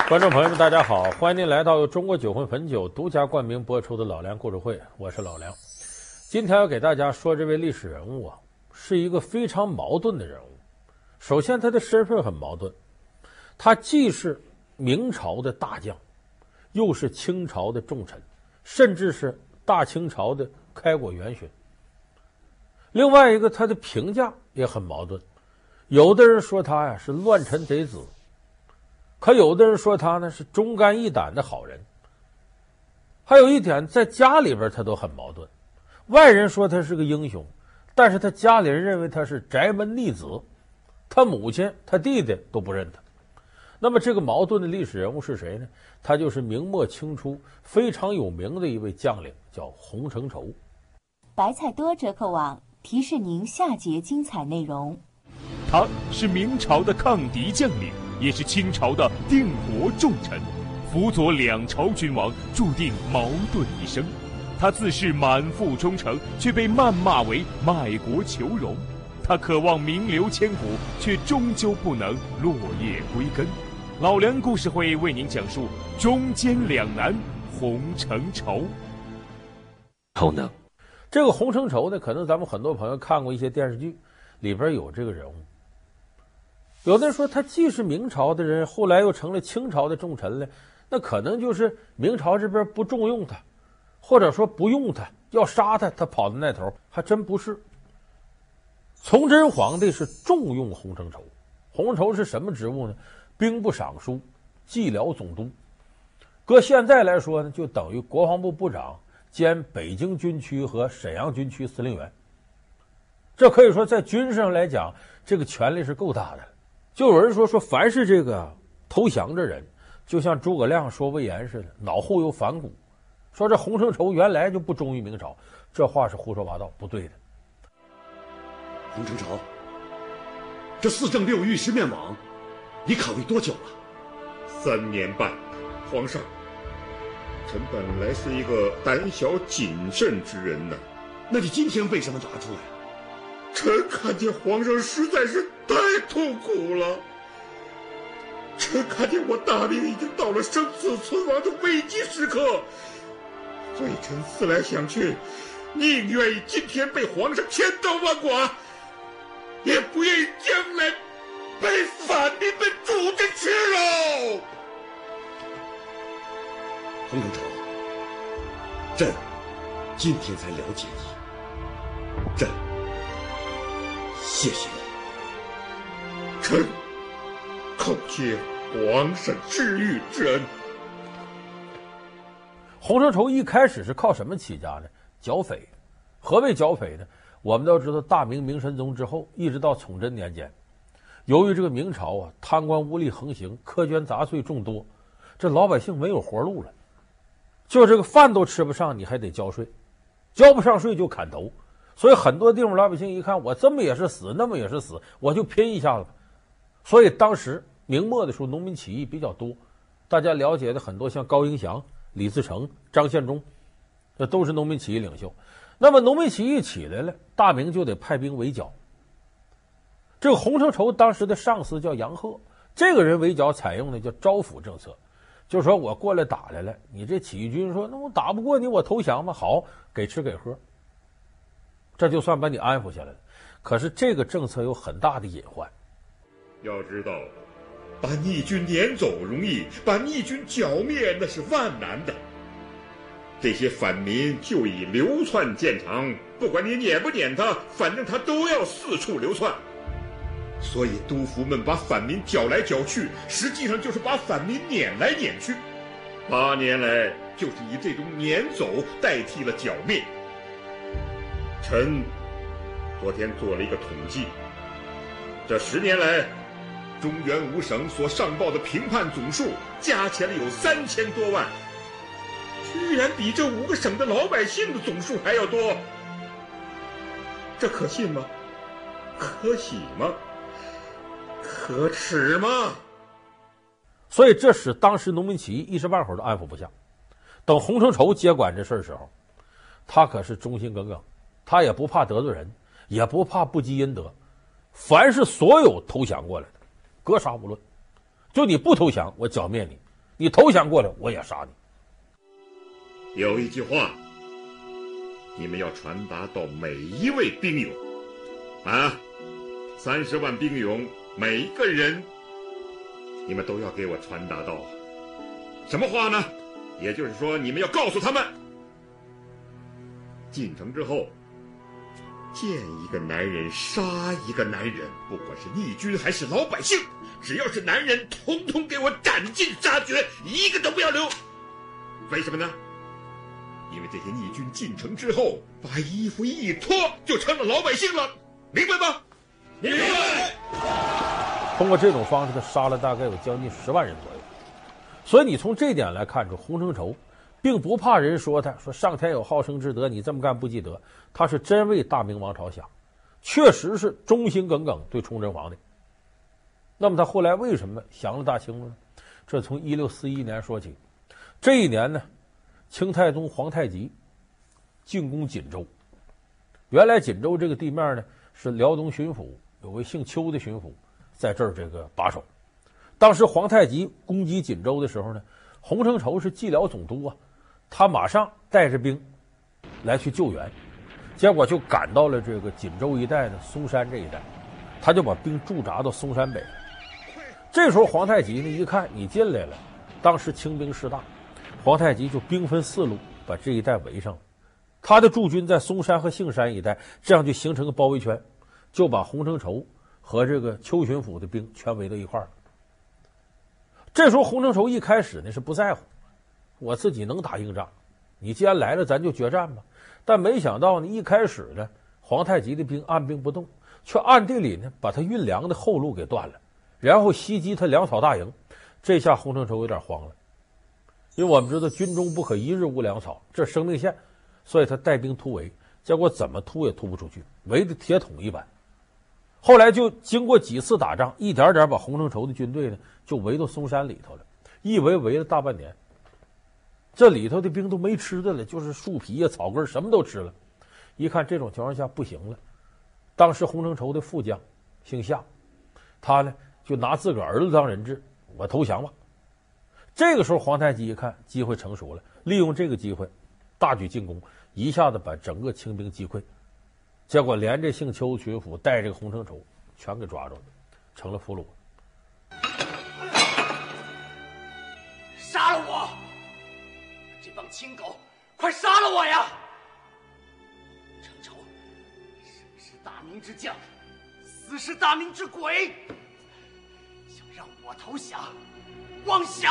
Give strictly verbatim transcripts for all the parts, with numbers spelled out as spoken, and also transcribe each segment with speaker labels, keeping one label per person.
Speaker 1: 观众朋友们，大家好，欢迎您来到由中国酒魂汾酒独家冠名播出的老梁故事会，我是老梁。今天要给大家说这位历史人物啊，是一个非常矛盾的人物。首先，他的身份很矛盾，他既是明朝的大将，又是清朝的重臣，甚至是大清朝的开国元勋。另外一个，他的评价也很矛盾，有的人说他呀是乱臣贼子，可有的人说他呢是忠肝义胆的好人。还有一点，在家里边他都很矛盾，外人说他是个英雄，但是他家里人认为他是宅门逆子，他母亲他弟弟都不认他。那么这个矛盾的历史人物是谁呢？他就是明末清初非常有名的一位将领，叫洪承畴。
Speaker 2: 白菜多折扣网提示您下节精彩内容。
Speaker 3: 他是明朝的抗敌将领，也是清朝的定国重臣，辅佐两朝君王，注定矛盾一生。他自恃满腹忠诚，却被谩骂为卖国求荣。他渴望名留千古，却终究不能落叶归根。老梁故事会为您讲述中间两难，洪承畴。
Speaker 1: 头呢？这个洪承畴呢，可能咱们很多朋友看过一些电视剧，里边有这个人物。有的人说他既是明朝的人，后来又成了清朝的重臣了，那可能就是明朝这边不重用他，或者说不用他，要杀他，他跑到那头。还真不是。崇祯皇帝是重用洪承畴。洪承畴是什么职务呢？兵部尚书、蓟辽总督。搁现在来说呢，就等于国防部部长兼北京军区和沈阳军区司令员。这可以说在军事上来讲，这个权力是够大的。就有人说说凡是这个投降的人，就像诸葛亮说魏延似的，脑后有反骨。说这洪承畴原来就不忠于明朝，这话是胡说八道，不对的。
Speaker 4: 洪承畴，这四正六御十面网，你考虑多久了？
Speaker 5: 三年半。皇上，臣本来是一个胆小谨慎之人呢，
Speaker 4: 那你今天为什么拿出来？
Speaker 5: 臣看见皇上实在是太痛苦了，臣看见我大明已经到了生死存亡的危机时刻，所以臣思来想去，宁愿意今天被皇上千刀万剐，也不愿意将来被反民们煮着吃肉。
Speaker 4: 洪承畴，朕今天才了解你，朕谢谢你。
Speaker 5: 臣叩谢皇上知遇之恩。
Speaker 1: 洪承畴一开始是靠什么起家呢？剿匪。何谓剿匪呢？我们都知道，大明明神宗之后，一直到崇祯年间，由于这个明朝啊贪官污吏横行，苛捐杂税众多，这老百姓没有活路了，就这个饭都吃不上，你还得交税，交不上税就砍头。所以很多地方老百姓一看，我这么也是死，那么也是死，我就拼一下子。所以当时明末的时候，农民起义比较多，大家了解的很多，像高迎祥、李自成、张献忠，这都是农民起义领袖。那么农民起义起来了，大明就得派兵围剿。这个洪承畴当时的上司叫杨鹤，这个人围剿采用的叫招抚政策，就说我过来打来了，你这起义军说那我打不过你，我投降吧，好，给吃给喝，这就算把你安抚下来了。可是这个政策有很大的隐患。
Speaker 5: 要知道，把逆军撵走容易，把逆军剿灭那是万难的。这些反民就以流窜见长，不管你撵不撵他，反正他都要四处流窜。所以督抚们把反民剿来剿去，实际上就是把反民撵来撵去。八年来就是以这种撵走代替了剿灭。臣昨天做了一个统计，这十年来中原五省所上报的平叛总数加起来有三千多万，居然比这五个省的老百姓的总数还要多，这可信吗？可喜吗？可耻吗？
Speaker 1: 所以这使当时农民起义一时半会儿都安抚不下。等洪承畴接管这事儿时候，他可是忠心耿耿，他也不怕得罪人，也不怕不积阴德，凡是所有投降过来的，格杀勿论。就你不投降，我剿灭你。 你投降过来，我也杀你。
Speaker 5: 有一句话，你们要传达到每一位兵勇啊，三十万兵勇，每一个人，你们都要给我传达到。什么话呢？也就是说，你们要告诉他们，进城之后，见一个男人杀一个男人，不管是逆军还是老百姓，只要是男人，统统给我斩尽杀绝，一个都不要留。为什么呢？因为这些逆军进城之后，把衣服一脱，就成了老百姓了，明白吗？明白。
Speaker 1: 通过这种方式，他杀了大概有将近十万人左右。所以你从这点来看出，洪承畴并不怕人说他说上天有好生之德，你这么干不积德。他是真为大明王朝想，确实是忠心耿耿对崇祯皇帝。那么他后来为什么降了大清呢？这从一六四一年说起。这一年呢，清太宗皇太极进攻锦州。原来锦州这个地面呢是辽东巡抚，有位姓邱的巡抚在这儿这个把守。当时皇太极攻击锦州的时候呢，洪承畴是蓟辽总督啊，他马上带着兵来去救援，结果就赶到了这个锦州一带的松山这一带，他就把兵驻扎到松山北。这时候皇太极呢一看你进来了，当时清兵势大，皇太极就兵分四路把这一带围上了。他的驻军在松山和杏山一带，这样就形成个包围圈，就把洪承畴和这个邱巡抚的兵全围到一块儿了。这时候洪承畴一开始呢是不在乎，我自己能打硬仗，你既然来了咱就决战吧。但没想到呢，一开始呢皇太极的兵按兵不动，却暗地里呢把他运粮的后路给断了，然后袭击他粮草大营。这下洪承畴有点慌了，因为我们知道军中不可一日无粮草，这是生命线，所以他带兵突围，结果怎么突也突不出去，围得铁桶一般。后来就经过几次打仗，一点点把洪承畴的军队呢就围到松山里头了，一围围了大半年。这里头的兵都没吃的了，就是树皮啊草根什么都吃了。一看这种情况下不行了，当时洪承畴的副将姓夏，他呢就拿自个儿儿子当人质，我投降吧。这个时候皇太极一看机会成熟了，利用这个机会大举进攻，一下子把整个清兵击溃。结果连这姓邱巡抚带这个洪承畴全给抓住了，成了俘虏。
Speaker 6: 杀了我！这帮亲狗，快杀了我呀！承畴，生是大明之将，死是大明之鬼，想让我投降，妄想！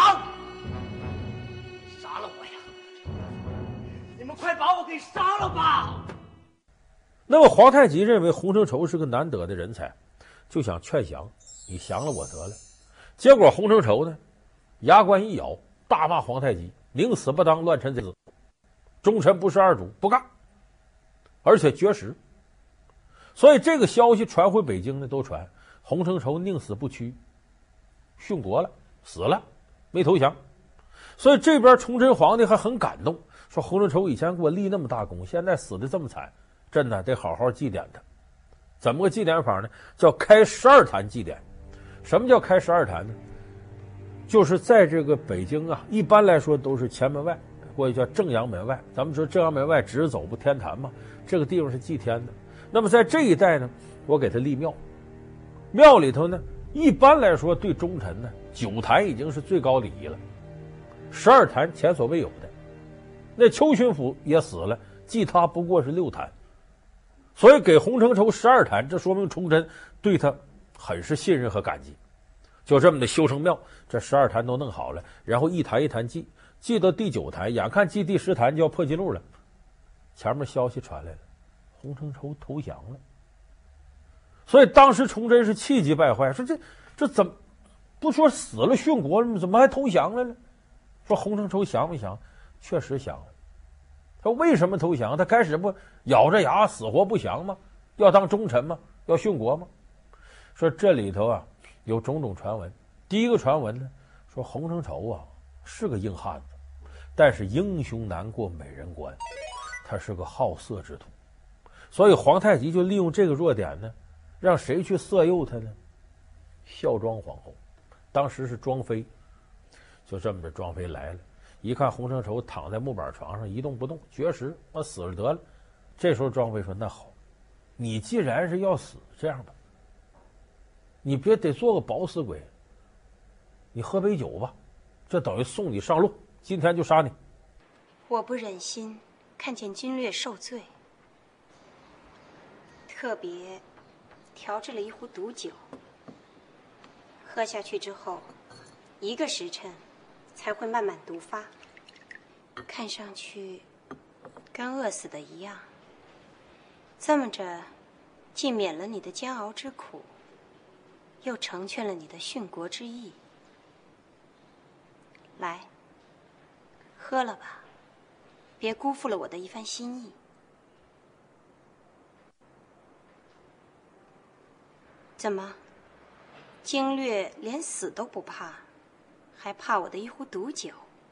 Speaker 6: 杀了我呀！你们快把我给杀了吧！
Speaker 1: 那么皇太极认为洪承畴是个难得的人才，就想劝降，你降了我得了。结果洪承畴呢牙关一咬，大骂皇太极宁死不当乱臣贼子，忠臣不是二主，不干，而且绝食。所以这个消息传回北京呢，都传洪承畴宁死不屈，殉国了，死了，没投降。所以这边崇祯皇帝还很感动，说洪承畴以前给我立那么大功，现在死得这么惨，真的得好好祭奠他。怎么个祭奠法呢？叫开十二坛祭奠。什么叫开十二坛呢？就是在这个北京啊，一般来说都是前门外，或者叫正阳门外。咱们说正阳门外直走不天坛嘛，这个地方是祭天的。那么在这一带呢，我给他立庙，庙里头呢，一般来说对忠臣呢，九坛已经是最高礼仪了，十二坛前所未有的。那邱巡抚也死了，祭他不过是六坛，所以给洪承畴十二坛，这说明崇祯对他很是信任和感激。就这么的修成庙，这十二坛都弄好了，然后一坛一坛祭，祭到第九坛，眼看祭第十坛就要破纪录了，前面消息传来了，洪承畴投降了。所以当时崇祯是气急败坏，说这这怎么不说死了殉国了吗？怎么还投降了呢？说洪承畴降没降？确实降了。他为什么投降？他开始不咬着牙死活不降吗？要当忠臣吗？要殉国吗？说这里头啊有种种传闻。第一个传闻呢，说洪承畴啊是个硬汉子，但是英雄难过美人关，他是个好色之徒。所以皇太极就利用这个弱点呢，让谁去色诱他呢？孝庄皇后，当时是庄妃。 就这么着，庄妃来了，一看洪承畴躺在木板床上一动不动，绝食，我死了得了。这时候庄妃说：“那好，你既然是要死，这样吧，你别得做个饱死鬼，你喝杯酒吧，这等于送你上路，今天就杀你。”
Speaker 7: 我不忍心看见军略受罪，特别调制了一壶毒酒，喝下去之后，一个时辰才会慢慢毒发，看上去跟饿死的一样。这么着，既免了你的煎熬之苦，又成全了你的殉国之意。来，喝了吧，别辜负了我的一番心意。怎么，经略连死都不怕，还怕我的一壶毒酒？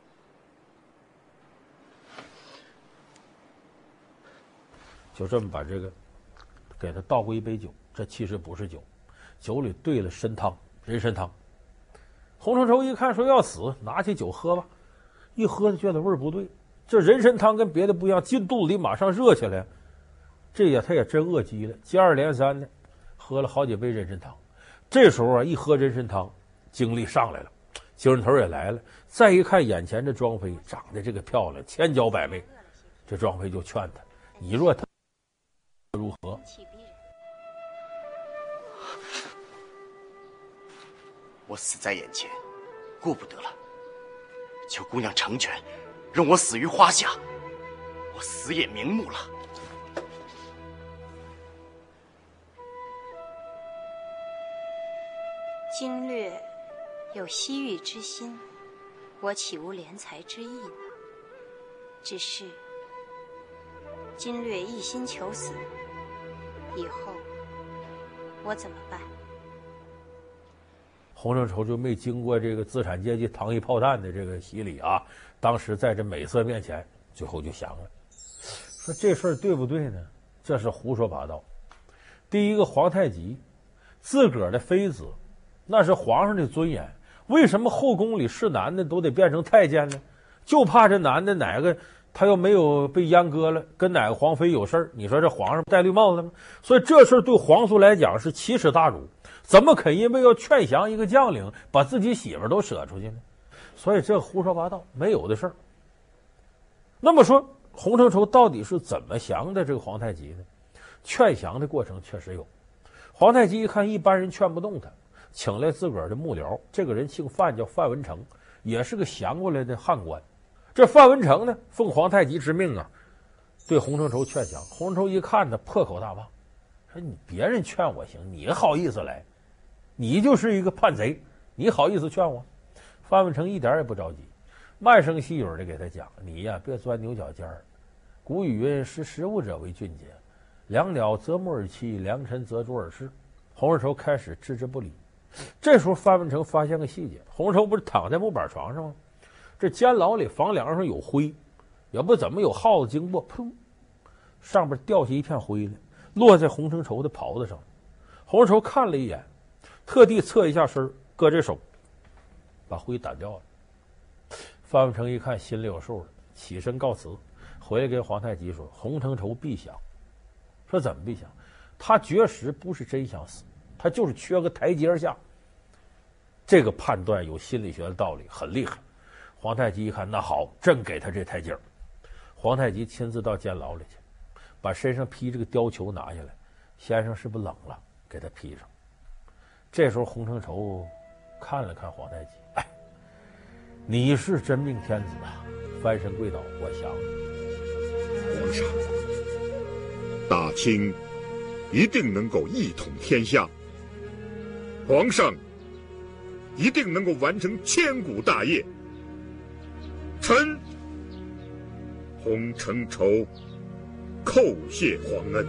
Speaker 1: 就这么把这个给他倒过一杯酒，这其实不是酒，酒里兑了参汤，人参汤。洪承畴一看说要死，拿起酒喝吧，一喝就觉得味儿不对，这人参汤跟别的不一样，进肚子里马上热起来。这也他也真饿极了，接二连三的喝了好几杯人参汤。这时候啊，一喝人参汤，精力上来了，精神头也来了。再一看眼前这庄妃长得这个漂亮，千娇百媚，这庄妃就劝他：“你若他如何？”
Speaker 6: 我死在眼前，顾不得了，求姑娘成全，让我死于花下，我死也瞑目了。
Speaker 7: 经略有西域之心，我岂无怜才之意呢？只是经略一心求死，以后我怎么办？
Speaker 1: 洪承畴就没经过这个资产阶级糖衣炮弹的这个洗礼啊，当时在这美色面前，最后就想了，说这事儿对不对呢？这是胡说八道。第一个，皇太极自个儿的妃子，那是皇上的尊严，为什么后宫里是男的都得变成太监呢？就怕这男的哪个他又没有被阉割了，跟哪个皇妃有事儿，你说这皇上戴绿帽子吗？所以这事儿对皇族来讲是奇耻大辱，怎么肯因为要劝降一个将领，把自己媳妇儿都舍出去呢？所以这胡说八道，没有的事儿。那么说，洪承畴到底是怎么降的这个皇太极呢？劝降的过程确实有。皇太极一看一般人劝不动他，请来自个儿的幕僚，这个人姓范，叫范文成，也是个降过来的汉官。这范文成呢，奉皇太极之命啊，对洪承畴劝降。洪承畴一看呢，破口大骂，说你别人劝我行，你好意思来？你就是一个叛贼，你好意思劝我？范文成一点也不着急，慢声细语的给他讲：“你呀，别钻牛角尖儿。古语云：识时务者为俊杰，良鸟择木而栖，良臣择主而事。”洪承畴开始置之不理。这时候范文成发现个细节，洪承畴不是躺在木板床上吗？这监牢里房梁上有灰，也不怎么有耗子经过，砰，上边掉下一片灰来，落在洪承畴的袍子上。洪承畴看了一眼，特地侧一下身，搁这手把灰掸掉了。范文成一看心里有数了，起身告辞，回来跟皇太极说：“洪承畴必降。”说怎么必降？他绝食不是真想死，他就是缺个台阶下。这个判断有心理学的道理，很厉害。皇太极一看，那好，朕给他这台阶儿。皇太极亲自到监牢里去，把身上披这个貂裘拿下来，先生是不是冷了？给他披上。这时候洪承畴看了看皇太极，哎，你是真命天子啊！翻身跪倒，我降了。
Speaker 5: 皇上，大清一定能够一统天下，皇上一定能够完成千古大业。臣洪承畴叩谢皇恩。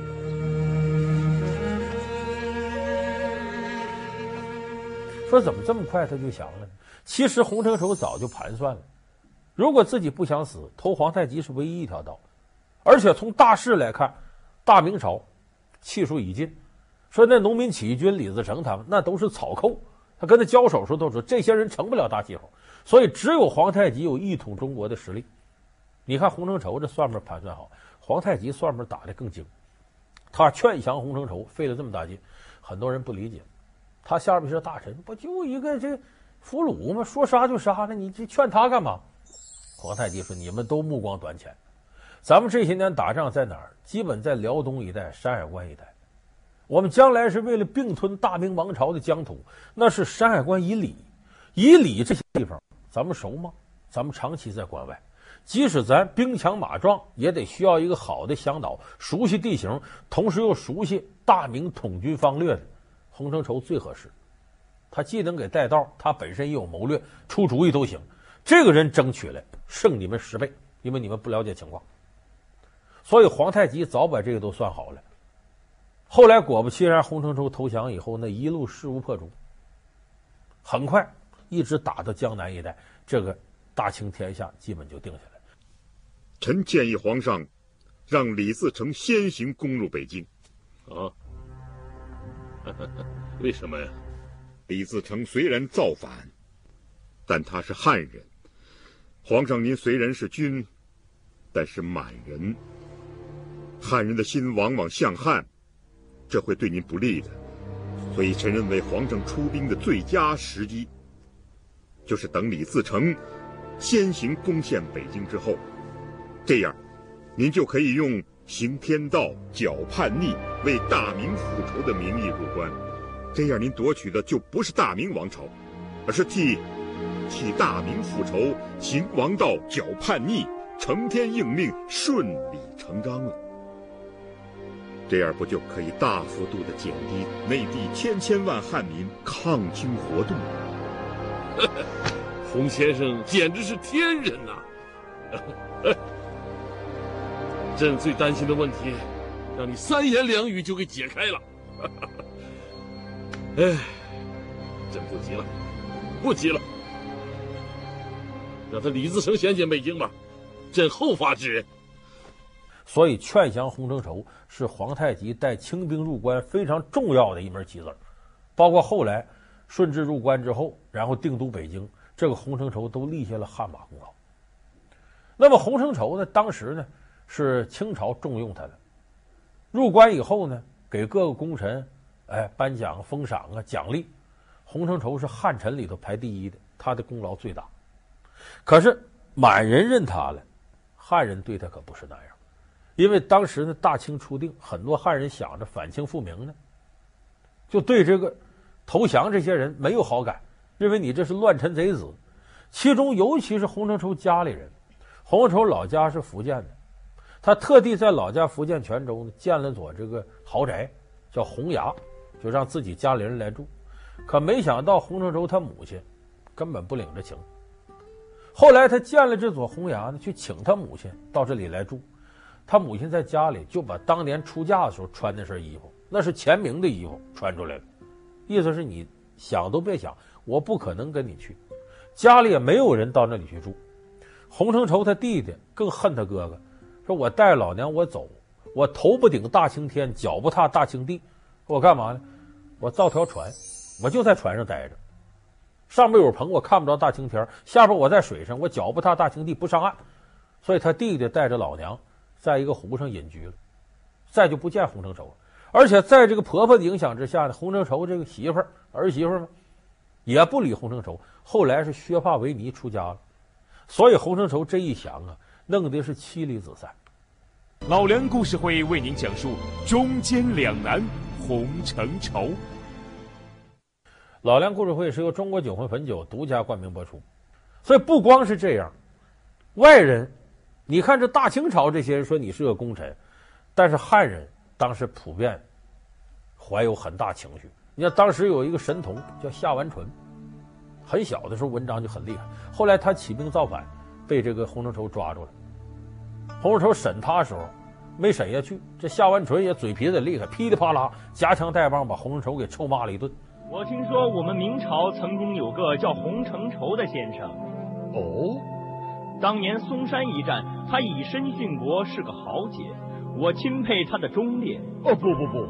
Speaker 1: 说怎么这么快他就降了呢？其实洪承畴早就盘算了，如果自己不想死，投皇太极是唯一一条道。而且从大势来看，大明朝气数已尽，说那农民起义军李自成他们那都是草寇， 他跟他交手时候都说这些人成不了大气候，所以只有皇太极有一统中国的实力。你看洪承畴这算盘盘算好，皇太极算盘打得更精。他劝降洪承畴费了这么大劲，很多人不理解。他下边是大臣，不就一个这俘虏吗？说杀就杀了，你这劝他干嘛？皇太极说：“你们都目光短浅，咱们这些年打仗在哪儿？基本在辽东一带、山海关一带。我们将来是为了并吞大明王朝的疆土，那是山海关以里，以里这些地方，咱们熟吗？咱们长期在关外，即使咱兵强马壮，也得需要一个好的向导，熟悉地形，同时又熟悉大明统军方略的。洪承畴最合适，他既能给带道，他本身也有谋略，出主意都行。这个人争取来胜你们十倍，因为你们不了解情况。所以皇太极早把这个都算好了。后来果不其然，洪承畴投降以后，那一路势如破竹，很快一直打到江南一带，这个大清天下基本就定下来。
Speaker 5: 臣建议皇上让李自成先行攻入北京。
Speaker 4: 啊？为什么呀？
Speaker 5: 李自成虽然造反，但他是汉人。皇上您虽然是君，但是满人，汉人的心往往向汉，这会对您不利的。所以臣认为皇上出兵的最佳时机，就是等李自成先行攻陷北京之后，这样您就可以用行天道、剿叛逆、为大明复仇的名义入关。这样您夺取的就不是大明王朝，而是替替大明复仇、行王道、剿叛逆、承天应命、顺理成章了。这样不就可以大幅度的减低内地千千万汉民抗清活动吗？
Speaker 4: 洪先生简直是天人呐、啊！朕最担心的问题，让你三言两语就给解开了。哎，朕不急了，不急了，让他李自成先进北京吧，朕后发制人。
Speaker 1: 所以劝降洪承畴是皇太极带清兵入关非常重要的一门棋子，包括后来顺治入关之后，然后定都北京，这个洪承畴都立下了汗马功劳。那么洪承畴呢，当时呢是清朝重用他的，入关以后呢，给各个功臣哎颁奖封赏啊奖励，洪承畴是汉臣里头排第一的，他的功劳最大。可是满人认他了，汉人对他可不是那样。因为当时呢，大清初定，很多汉人想着反清复明呢，就对这个投降这些人没有好感，认为你这是乱臣贼子。其中尤其是洪承畴家里人，洪承畴老家是福建的，他特地在老家福建泉州呢建了所这个豪宅，叫洪崖，就让自己家里人来住。可没想到洪承畴他母亲根本不领着情。后来他建了这所洪崖呢，去请他母亲到这里来住。他母亲在家里就把当年出嫁的时候穿那身衣服，那是前明的衣服穿出来了，意思是你想都别想，我不可能跟你去，家里也没有人到那里去住。洪承畴他弟弟更恨他哥哥，说我带老娘我走，我头不顶大青天，脚不踏大青地，我干嘛呢？我造条船，我就在船上待着，上面有棚我看不着大青天，下边我在水上，我脚不踏大青地不上岸。所以他弟弟带着老娘在一个湖上隐居了，再就不见洪承畴了。而且在这个婆婆的影响之下呢，洪承畴这个媳妇儿儿媳妇儿嘛，也不理洪承畴，后来是削发为尼出家了。所以洪承畴这一降啊，弄得是妻离子散。
Speaker 3: 老梁故事会为您讲述中间两难洪承畴。
Speaker 1: 老梁故事会是由中国酒魂汾酒独家冠名播出。所以不光是这样，外人你看这大清朝这些人说你是个功臣，但是汉人当时普遍怀有很大情绪。你看当时有一个神童叫夏完淳，很小的时候文章就很厉害，后来他起兵造反，被这个洪承畴抓住了。洪承畴审他的时候没审下去，这夏完淳也嘴皮子厉害，噼里啪啦夹枪带棒把洪承畴给臭骂了一顿。
Speaker 8: 我听说我们明朝曾经有个叫洪承畴的先生。
Speaker 4: 哦，
Speaker 8: 当年嵩山一战，他以身殉国，是个豪杰，我钦佩他的忠烈。
Speaker 4: 哦，不不不，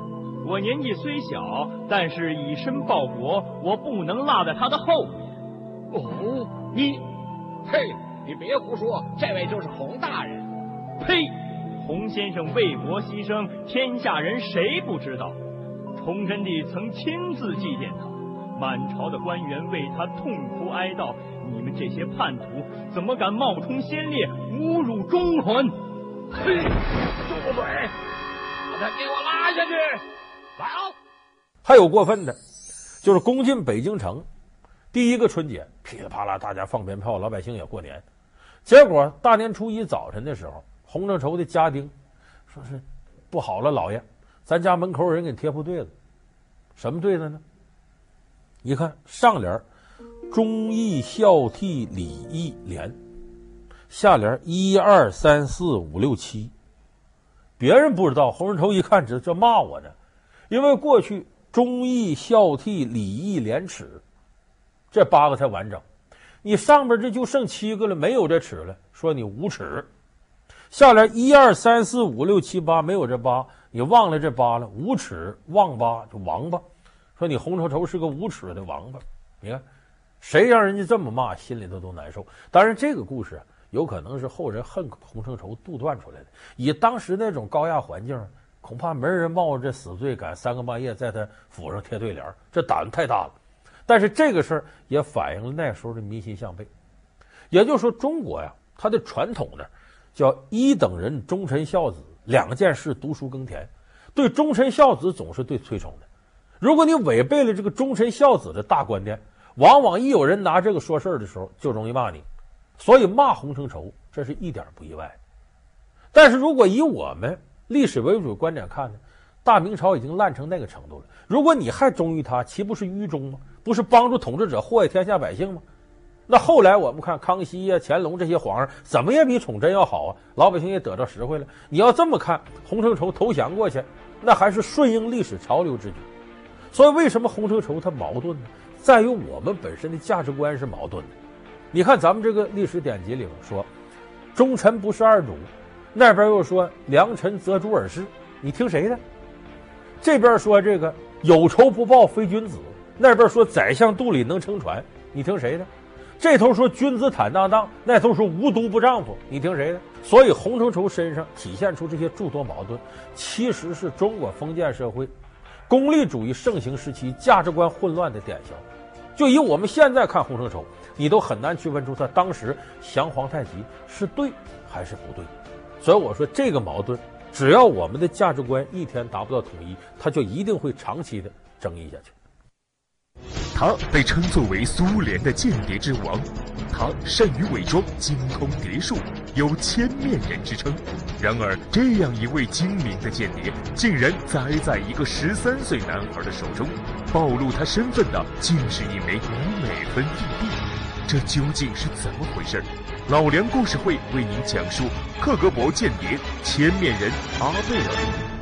Speaker 8: 我年纪虽小，但是以身报国，我不能落在他的后面。
Speaker 9: 哦，你，嘿，你别胡说，这位就是洪大人。
Speaker 8: 呸！洪先生为国牺牲，天下人谁不知道？崇祯帝曾亲自祭奠他，满朝的官员为他痛哭哀悼。你们这些叛徒，怎么敢冒充先烈，侮辱忠魂？
Speaker 9: 嘿，住嘴！把他给我拉下去！来啊！
Speaker 1: 还有过分的，就是攻进北京城，第一个春节噼里啪啦，大家放鞭炮，老百姓也过年。结果大年初一早晨的时候，洪承畴的家丁说是不好了，老爷，咱家门口有人给贴副对子。什么对子呢？一看上联忠义孝悌礼义廉，下联一二三四五六七。别人不知道，洪承畴一看知道这骂我呢，因为过去忠义孝悌礼义廉耻这八个才完整，你上边这就剩七个了，没有这耻了，说你无耻。下联一二三四五六七八没有这八，你忘了这八了，无耻忘八就王八，说你洪承畴是个无耻的王八。你看谁让人家这么骂，心里头都难受。当然这个故事有可能是后人恨洪承畴杜撰出来的，以当时那种高压环境，恐怕没人冒着这死罪敢三更半夜在他府上贴对联，这胆子太大了。但是这个事儿也反映了那时候的民心向背。也就是说，中国呀，它的传统呢叫一等人忠臣孝子，两件事读书耕田，对忠臣孝子总是对推崇的。如果你违背了这个忠臣孝子的大观念，往往一有人拿这个说事儿的时候，就容易骂你。所以骂洪承畴这是一点不意外。但是如果以我们历史为主观点看呢，大明朝已经烂成那个程度了，如果你还忠于他，岂不是愚忠吗？不是帮助统治者祸害天下百姓吗？那后来我们看康熙呀、乾隆这些皇上怎么也比崇祯要好啊，老百姓也得到实惠了。你要这么看，洪承畴投降过去，那还是顺应历史潮流之举。所以为什么洪承畴他矛盾呢？在于我们本身的价值观是矛盾的。你看咱们这个历史典籍里面说忠臣不是二主，那边又说良臣择主而事，你听谁的？这边说这个有仇不报非君子，那边说宰相肚里能撑船，你听谁的？这头说君子坦荡荡，那头说无毒不丈夫，你听谁的？所以洪承畴身上体现出这些诸多矛盾，其实是中国封建社会功利主义盛行时期价值观混乱的典型。就以我们现在看洪承畴，你都很难区分出他当时降皇太极是对还是不对。所以我说这个矛盾，只要我们的价值观一天达不到统一，它就一定会长期的争议下去。
Speaker 3: 他被称作为苏联的间谍之王，他善于伪装，精通谍术，有千面人之称。然而，这样一位精明的间谍，竟然栽在一个十三岁男孩的手中，暴露他身份的竟是一枚五美分硬币。这究竟是怎么回事？老梁故事会为您讲述克格勃间谍千面人阿贝尔。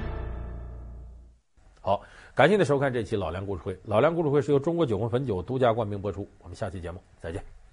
Speaker 1: 好，感谢您收看这期老梁故事会。老梁故事会是由中国酒魂汾酒独家冠名播出。我们下期节目再见。